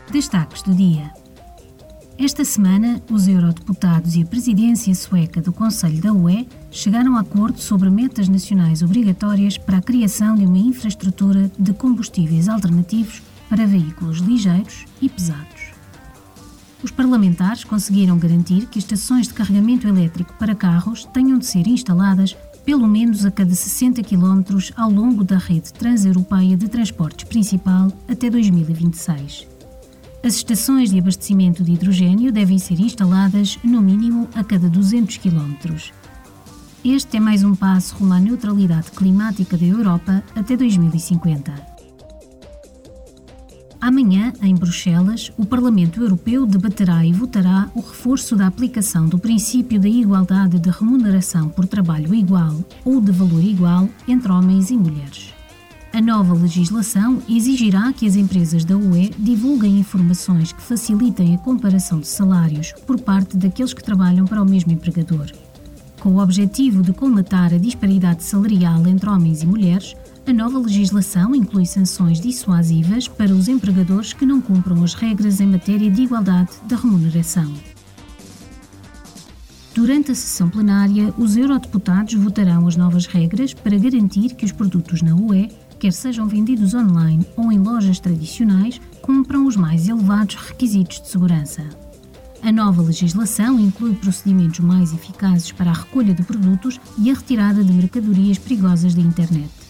Destaques do dia. Esta semana, os eurodeputados e a presidência sueca do Conselho da UE chegaram a acordo sobre metas nacionais obrigatórias para a criação de uma infraestrutura de combustíveis alternativos para veículos ligeiros e pesados. Os parlamentares conseguiram garantir que estações de carregamento elétrico para carros tenham de ser instaladas pelo menos a cada 60 km ao longo da rede transeuropeia de transportes principal até 2026. As estações de abastecimento de hidrogênio devem ser instaladas, no mínimo, a cada 200 km. Este é mais um passo rumo à neutralidade climática da Europa até 2050. Amanhã, em Bruxelas, o Parlamento Europeu debaterá e votará o reforço da aplicação do princípio da igualdade de remuneração por trabalho igual ou de valor igual entre homens e mulheres. A nova legislação exigirá que as empresas da UE divulguem informações que facilitem a comparação de salários por parte daqueles que trabalham para o mesmo empregador. Com o objetivo de colmatar a disparidade salarial entre homens e mulheres, a nova legislação inclui sanções dissuasivas para os empregadores que não cumpram as regras em matéria de igualdade de remuneração. Durante a sessão plenária, os eurodeputados votarão as novas regras para garantir que os produtos na UE, quer sejam vendidos online ou em lojas tradicionais, cumpram os mais elevados requisitos de segurança. A nova legislação inclui procedimentos mais eficazes para a recolha de produtos e a retirada de mercadorias perigosas da internet.